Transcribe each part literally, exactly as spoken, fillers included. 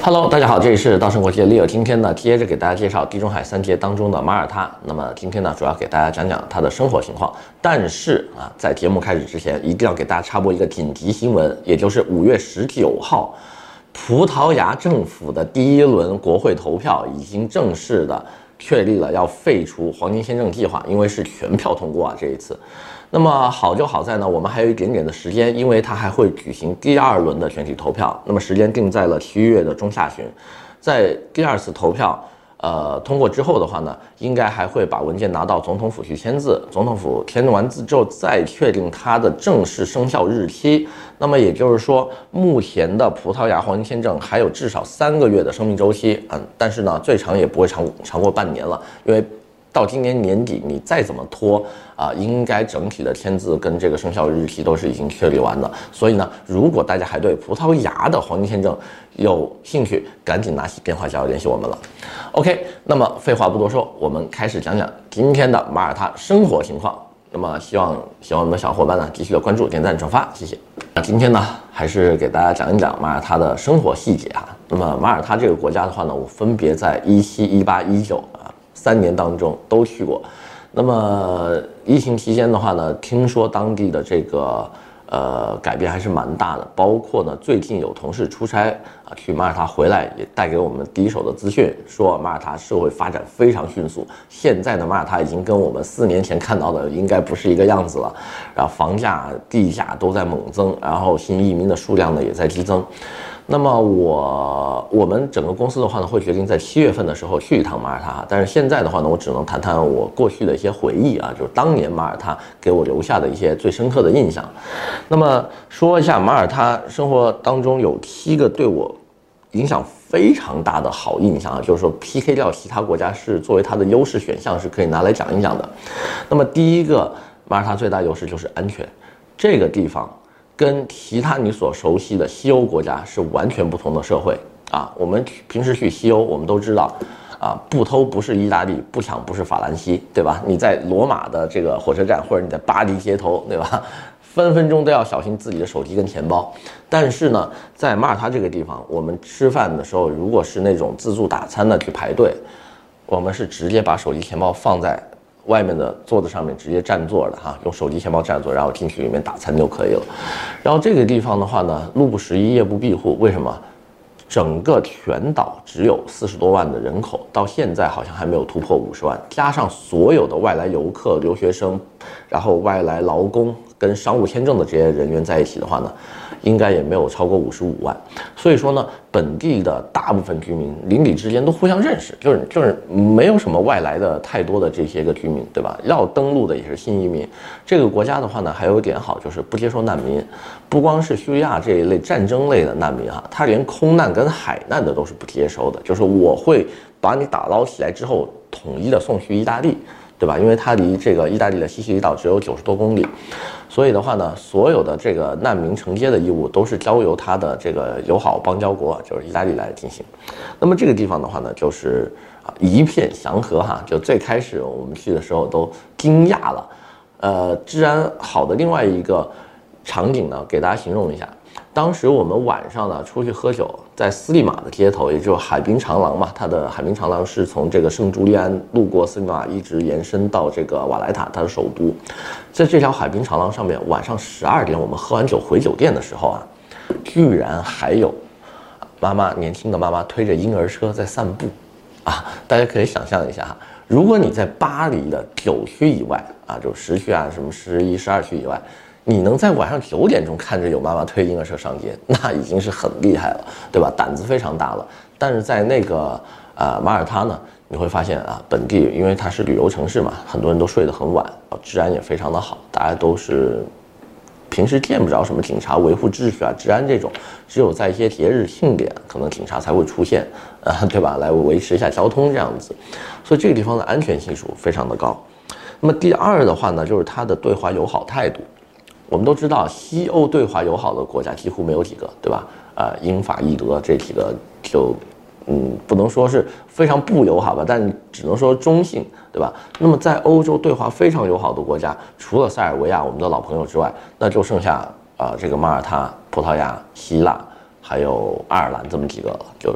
Hello， 大家好，这里是稻盛国际的 Leo。今天呢，接着给大家介绍地中海三杰当中的马耳他。那么今天呢，主要给大家讲讲他的生活情况。但是啊，在节目开始之前，一定要给大家插播一个紧急新闻，也就是五月十九号，葡萄牙政府的第一轮国会投票已经正式的确立了要废除黄金签证计划，因为是全票通过啊这一次。那么好就好在呢，我们还有一点点的时间，因为它还会举行第二轮的全体投票。那么时间定在了七月的中下旬，在第二次投票呃通过之后的话呢，应该还会把文件拿到总统府去签字，总统府签完字之后再确定它的正式生效日期。那么也就是说，目前的葡萄牙黄金签证还有至少三个月的生命周期，嗯，但是呢，最长也不会长长过半年了，因为到今年年底，你再怎么拖啊、呃，应该整体的签字跟这个生效日期都是已经确立完的。所以呢，如果大家还对葡萄牙的黄金签证有兴趣，赶紧拿起电话就要联系我们了。OK， 那么废话不多说，我们开始讲讲今天的马耳他生活情况。那么希望喜欢我们的小伙伴呢，继续的关注、点赞、转发，谢谢。那今天呢，还是给大家讲一讲马耳他的生活细节哈。那么马耳他这个国家的话呢，我分别在一七、一八、一九啊。三年当中都去过，那么疫情期间的话呢，听说当地的这个呃改变还是蛮大的，包括呢最近有同事出差啊去马耳他回来，也带给我们第一手的资讯，说马耳他社会发展非常迅速，现在的马耳他已经跟我们四年前看到的应该不是一个样子了，然后房价、地价都在猛增，然后新移民的数量呢也在激增。那么我我们整个公司的话呢，会决定在七月份的时候去一趟马耳他，但是现在的话呢，我只能谈谈我过去的一些回忆啊，就是当年马耳他给我留下的一些最深刻的印象。那么说一下马耳他生活当中有七个对我影响非常大的好印象啊，就是说 P K 掉其他国家是作为它的优势选项是可以拿来讲一讲的。那么第一个，马耳他最大优势就是安全，这个地方跟其他你所熟悉的西欧国家是完全不同的社会啊！我们平时去西欧，我们都知道，啊，不偷不是意大利，不抢不是法兰西，对吧？你在罗马的这个火车站，或者你在巴黎街头，对吧？分分钟都要小心自己的手机跟钱包。但是呢，在马耳他这个地方，我们吃饭的时候，如果是那种自助打餐的去排队，我们是直接把手机钱包放在外面的桌子上面直接占座的哈，用手机钱包占座，然后进去里面打餐就可以了。然后这个地方的话呢，路不拾遗，夜不闭户。为什么？整个全岛只有四十多万的人口，到现在好像还没有突破五十万，加上所有的外来游客、留学生，然后外来劳工跟商务签证的这些人员在一起的话呢，应该也没有超过五十五万。所以说呢，本地的大部分居民邻里之间都互相认识，就是就是没有什么外来的太多的这些个居民，对吧？要登陆的也是新移民。这个国家的话呢，还有一点好，就是不接受难民，不光是叙利亚这一类战争类的难民哈，他连空难跟海难的都是不接收的，就是我会把你打捞起来之后，统一的送去意大利。对吧？因为它离这个意大利的西西里岛只有九十多公里，所以的话呢，所有的这个难民承接的义务都是交由它的这个友好邦交国，就是意大利来进行。那么这个地方的话呢，就是啊一片祥和哈，就最开始我们去的时候都惊讶了。呃，治安好的另外一个场景呢，给大家形容一下。当时我们晚上呢出去喝酒，在斯利马的街头，也就是海滨长廊嘛，它的海滨长廊是从这个圣朱利安路过斯利马，一直延伸到这个瓦莱塔，它的首都。在这条海滨长廊上面，晚上十二点我们喝完酒回酒店的时候啊，居然还有妈妈年轻的妈妈推着婴儿车在散步啊！大家可以想象一下哈，如果你在巴黎的九区以外啊，就十区啊，什么十一、十二区以外，你能在晚上九点钟看着有妈妈推婴儿车上街，那已经是很厉害了，对吧？胆子非常大了。但是在那个呃马耳他呢，你会发现啊，本地因为它是旅游城市嘛，很多人都睡得很晚，治安也非常的好，大家都是平时见不着什么警察维护秩序啊、治安这种，只有在一些节日庆典，可能警察才会出现，啊，对吧？来维持一下交通这样子。所以这个地方的安全系数非常的高。那么第二的话呢，就是它的对华友好态度。我们都知道，西欧对华友好的国家几乎没有几个，对吧？呃，英法意德这几个就，嗯，不能说是非常不友好吧，但只能说中性，对吧？那么在欧洲对华非常友好的国家，除了塞尔维亚我们的老朋友之外，那就剩下啊、呃、这个马耳他、葡萄牙、希腊还有爱尔兰这么几个了，就是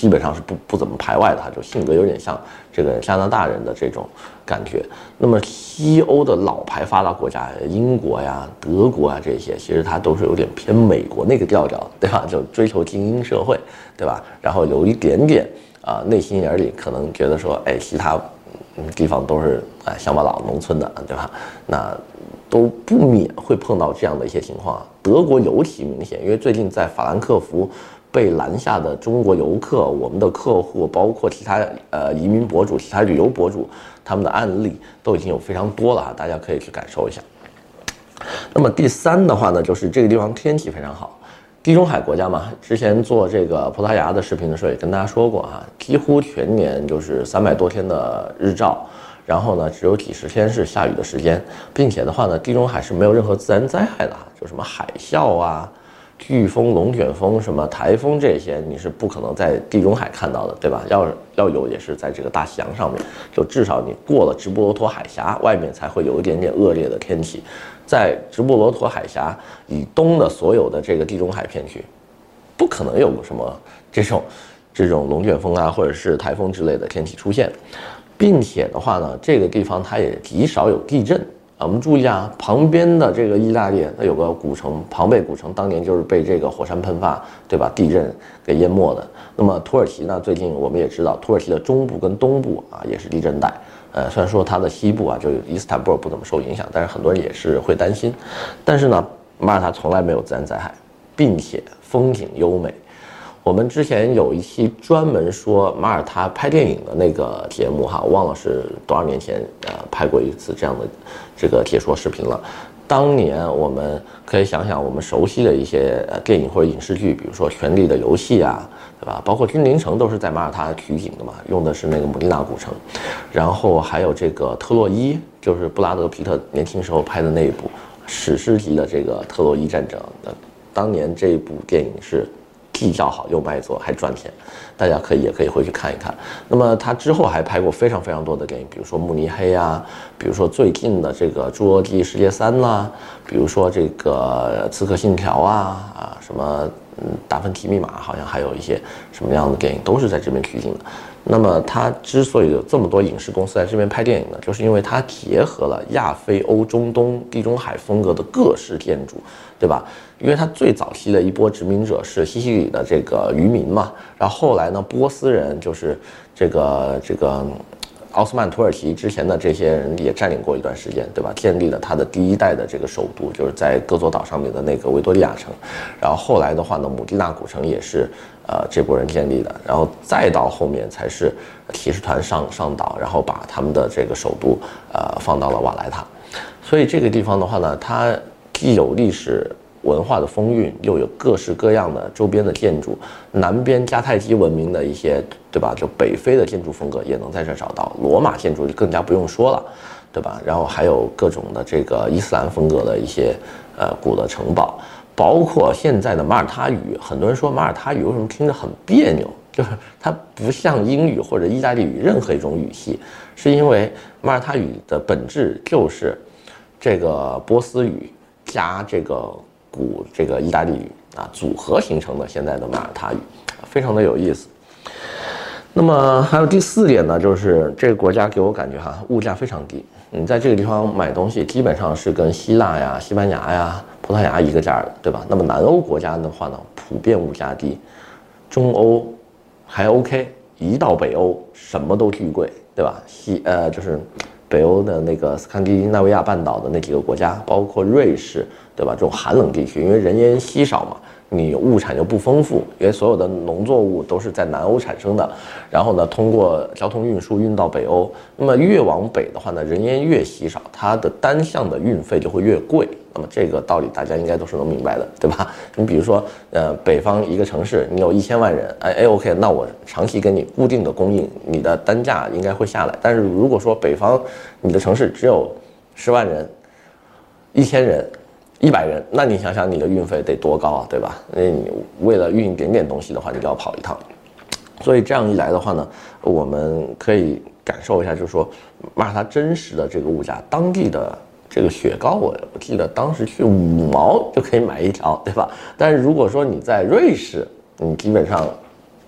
基本上是不不怎么排外的哈，就性格有点像这个加拿大人的这种感觉。那么西欧的老牌发达国家，英国呀、德国啊这些，其实它都是有点偏美国那个调调，对吧？就追求精英社会，对吧？然后有一点点啊、呃，内心眼里可能觉得说，哎，其他地方都是哎乡巴佬农村的，对吧？那都不免会碰到这样的一些情况。德国尤其明显，因为最近在法兰克福被拦下的中国游客，我们的客户，包括其他呃移民博主、其他旅游博主，他们的案例都已经有非常多了啊，大家可以去感受一下。那么第三的话呢，就是这个地方天气非常好，地中海国家嘛，之前做这个葡萄牙的视频的时候也跟大家说过啊，几乎全年就是三百多天的日照。然后呢，只有几十天是下雨的时间，并且的话呢，地中海是没有任何自然灾害的，就什么海啸啊、飓风、龙卷风、什么台风这些，你是不可能在地中海看到的，对吧？要要有也是在这个大西洋上面，就至少你过了直布罗陀海峡，外面才会有一点点恶劣的天气。在直布罗陀海峡以东的所有的这个地中海片区，不可能有什么这种这种龙卷风啊，或者是台风之类的天气出现。并且的话呢，这个地方它也极少有地震啊。我们注意啊，旁边的这个意大利，它有个古城庞贝古城，当年就是被这个火山喷发，对吧？地震给淹没的。那么土耳其呢，最近我们也知道，土耳其的中部跟东部啊也是地震带。呃，虽然说它的西部啊，就伊斯坦布尔不怎么受影响，但是很多人也是会担心。但是呢，马耳他从来没有自然灾害，并且风景优美。我们之前有一期专门说马耳他拍电影的那个节目哈，忘了是多少年前呃拍过一次这样的这个解说视频了。当年我们可以想想我们熟悉的一些呃电影或者影视剧，比如说《权力的游戏》啊，对吧？包括《君临城》都是在马耳他取景的嘛，用的是那个姆利纳古城。然后还有这个特洛伊，就是布拉德皮特年轻时候拍的那一部史诗级的这个特洛伊战争。那当年这部电影是既叫好又卖座还赚钱，大家可以也可以回去看一看。那么他之后还拍过非常非常多的电影，比如说慕尼黑啊，比如说最近的这个侏罗纪世界三啦，比如说这个刺客信条啊啊什么嗯达芬奇密码，好像还有一些什么样的电影都是在这边取景的。那么他之所以有这么多影视公司在这边拍电影呢，就是因为它结合了亚非欧、中东、地中海风格的各式建筑，对吧？因为它最早期的一波殖民者是西西里的这个渔民嘛，然后后来呢，波斯人就是这个这个奥斯曼土耳其之前的这些人也占领过一段时间，对吧？建立了他的第一代的这个首都，就是在戈佐岛上面的那个维多利亚城。然后后来的话呢，姆蒂纳古城也是呃这波人建立的，然后再到后面才是骑士团上上岛，然后把他们的这个首都呃放到了瓦莱塔。所以这个地方的话呢，它既有历史文化的风韵，又有各式各样的周边的建筑，南边迦太基文明的一些，对吧？就北非的建筑风格也能在这找到，罗马建筑就更加不用说了，对吧？然后还有各种的这个伊斯兰风格的一些呃古的城堡，包括现在的马耳他语。很多人说马耳他语为什么听着很别扭，就是它不像英语或者意大利语任何一种语系，是因为马耳他语的本质就是这个波斯语加这个古这个意大利语啊组合形成的现在的马耳他语，非常的有意思。那么还有第四点呢，就是这个国家给我感觉哈，物价非常低。你在这个地方买东西，基本上是跟希腊呀、西班牙呀、葡萄牙一个价的，对吧？那么南欧国家的话呢，普遍物价低，中欧还 OK， 一到北欧什么都巨贵，对吧？西呃就是北欧的那个斯堪的纳维亚半岛的那几个国家，包括瑞士，对吧？这种寒冷地区，因为人烟稀少嘛，你物产又不丰富，因为所有的农作物都是在南欧产生的，然后呢，通过交通运输运到北欧。那么越往北的话呢，人烟越稀少，它的单项的运费就会越贵。那么这个道理大家应该都是能明白的，对吧？你比如说，呃，北方一个城市，你有一千万人，哎哎 ，OK， 那我长期给你固定的供应，你的单价应该会下来。但是如果说北方你的城市只有十万人、一千人、一百人，那你想想你的运费得多高啊，对吧？那你为了运一点点东西的话，你就要跑一趟。所以这样一来的话呢，我们可以感受一下，就是说马耳他真实的这个物价，当地的这个雪糕，我我记得当时去五毛就可以买一条，对吧？但是如果说你在瑞士，你基本上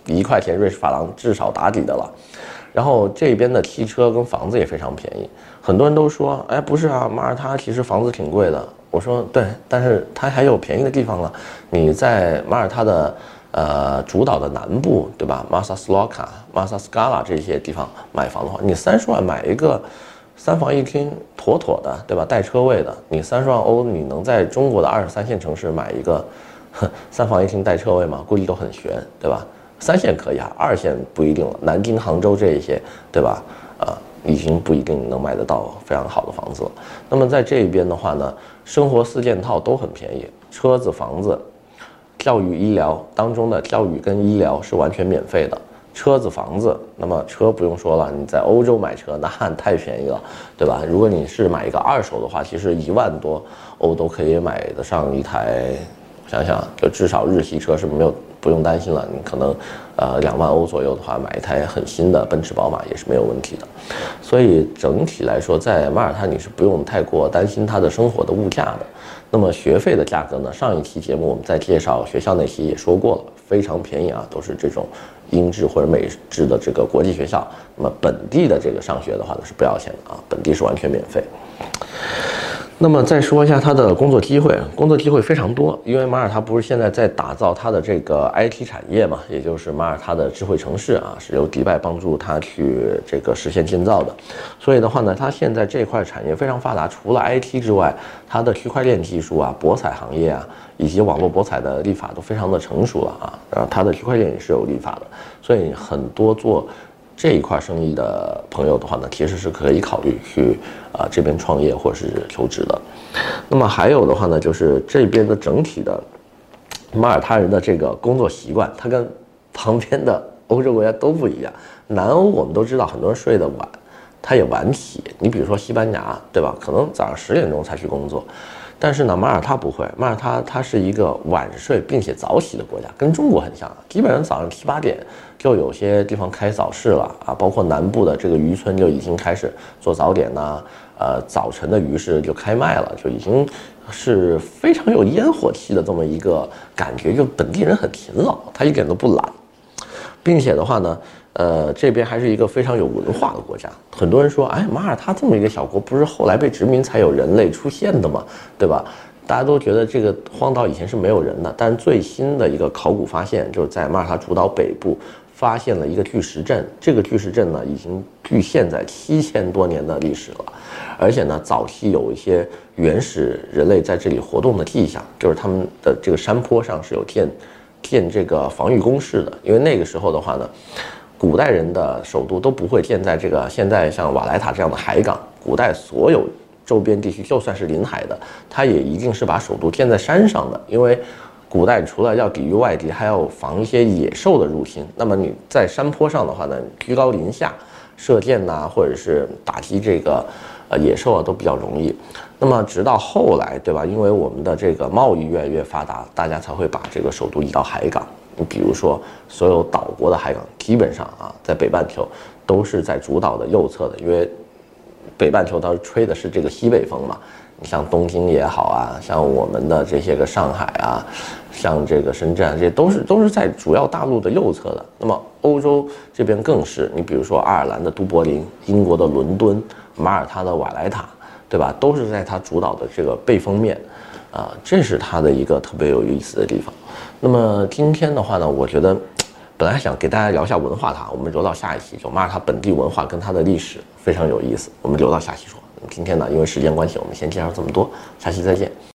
一块钱瑞士法郎至少打底的了。然后这边的汽车跟房子也非常便宜，很多人都说，哎，不是啊，马耳他其实房子挺贵的。我说对，但是它还有便宜的地方了。你在马耳他的呃主岛的南部，对吧？马萨斯洛卡、马萨斯加拉这些地方买房的话，你三十万买一个三房一厅，妥妥的，对吧？带车位的，你三十万欧，你能在中国的二十三线城市买一个三房一厅带车位吗？估计都很悬，对吧？三线可以啊，二线不一定了。南京、杭州这一些，对吧？啊、呃，已经不一定能买得到非常好的房子了。那么在这边的话呢，生活四件套都很便宜，车子、房子、教育、医疗当中的教育跟医疗是完全免费的。车子、房子，那么车不用说了，你在欧洲买车那太便宜了，对吧？如果你是买一个二手的话，其实一万多欧都可以买得上一台。想想，就至少日系车是没有不用担心了。你可能，呃，两万欧左右的话，买一台很新的奔驰、宝马也是没有问题的。所以整体来说，在马耳他你是不用太过担心它的生活的物价的。那么学费的价格呢？上一期节目我们在介绍学校那期也说过了，非常便宜啊，都是这种英制或者美制的这个国际学校。那么本地的这个上学的话呢是不要钱的啊，本地是完全免费。那么再说一下它的工作机会，工作机会非常多，因为马耳他不是现在在打造它的这个 I T 产业嘛，也就是马耳他的智慧城市啊，是由迪拜帮助它去这个实现建造的。所以的话呢，它现在这块产业非常发达，除了 I T 之外，它的区块链技术啊、博彩行业啊，以及网络博彩的立法都非常的成熟了啊，然后它的区块链也是有立法的，所以很多做这一块生意的朋友的话呢，其实是可以考虑去啊、呃、这边创业或者是求职的。那么还有的话呢，就是这边的整体的马耳他人的这个工作习惯，它跟旁边的欧洲国家都不一样。南欧我们都知道，很多人睡得晚，他也晚起。你比如说西班牙，对吧？可能早上十点钟才去工作。但是呢，马耳他不会，马耳他它是一个晚睡并且早起的国家，跟中国很像，基本上早上七八点就有些地方开早市了啊，包括南部的这个渔村就已经开始做早点呐、啊，呃，早晨的鱼市就开卖了，就已经是非常有烟火气的这么一个感觉，就本地人很勤劳，他一点都不懒，并且的话呢。呃，这边还是一个非常有文化的国家。很多人说，哎，马耳他这么一个小国，不是后来被殖民才有人类出现的吗？对吧？大家都觉得这个荒岛以前是没有人的，但是最新的一个考古发现，就是在马耳他主岛北部发现了一个巨石阵。这个巨石阵呢，已经距现在七千多年的历史了，而且呢，早期有一些原始人类在这里活动的迹象，就是他们的这个山坡上是有建建这个防御工事的，因为那个时候的话呢。古代人的首都都不会建在这个现在像瓦莱塔这样的海港，古代所有周边地区就算是临海的，它也一定是把首都建在山上的，因为古代除了要抵御外敌，还要防一些野兽的入侵。那么你在山坡上的话呢，居高临下射箭呐、啊，或者是打击这个呃野兽啊，都比较容易。那么直到后来，对吧？因为我们的这个贸易越来越发达，大家才会把这个首都移到海港。你比如说，所有岛国的海港基本上啊，在北半球都是在主岛的右侧的，因为北半球它吹的是这个西北风嘛。你像东京也好啊，像我们的这些个上海啊，像这个深圳啊，这些都是都是在主要大陆的右侧的。那么欧洲这边更是，你比如说爱尔兰的都柏林、英国的伦敦、马耳他的瓦莱塔，对吧？都是在它主岛的这个背风面。啊，这是它的一个特别有意思的地方。那么今天的话呢，我觉得本来想给大家聊一下文化它，我们留到下一期，就马耳他本地文化跟它的历史非常有意思，我们留到下期说。今天呢，因为时间关系，我们先介绍这么多，下期再见。